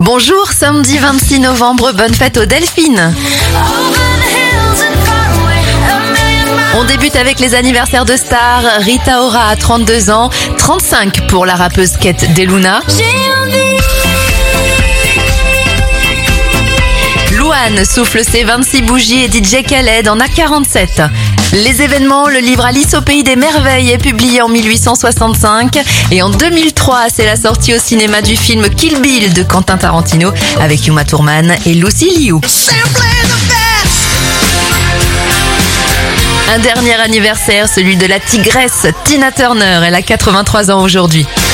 Bonjour, samedi 26 novembre, bonne fête aux Delphines. On débute avec les anniversaires de stars. Rita Ora a 32 ans, 35 pour la rappeuse Kate Deluna. Louane souffle ses 26 bougies et DJ Khaled en a 47. Les événements, le livre Alice au pays des merveilles est publié en 1865 et en 2003, c'est la sortie au cinéma du film Kill Bill de Quentin Tarantino avec Uma Thurman et Lucy Liu. Un dernier anniversaire, celui de la tigresse Tina Turner, elle a 83 ans aujourd'hui.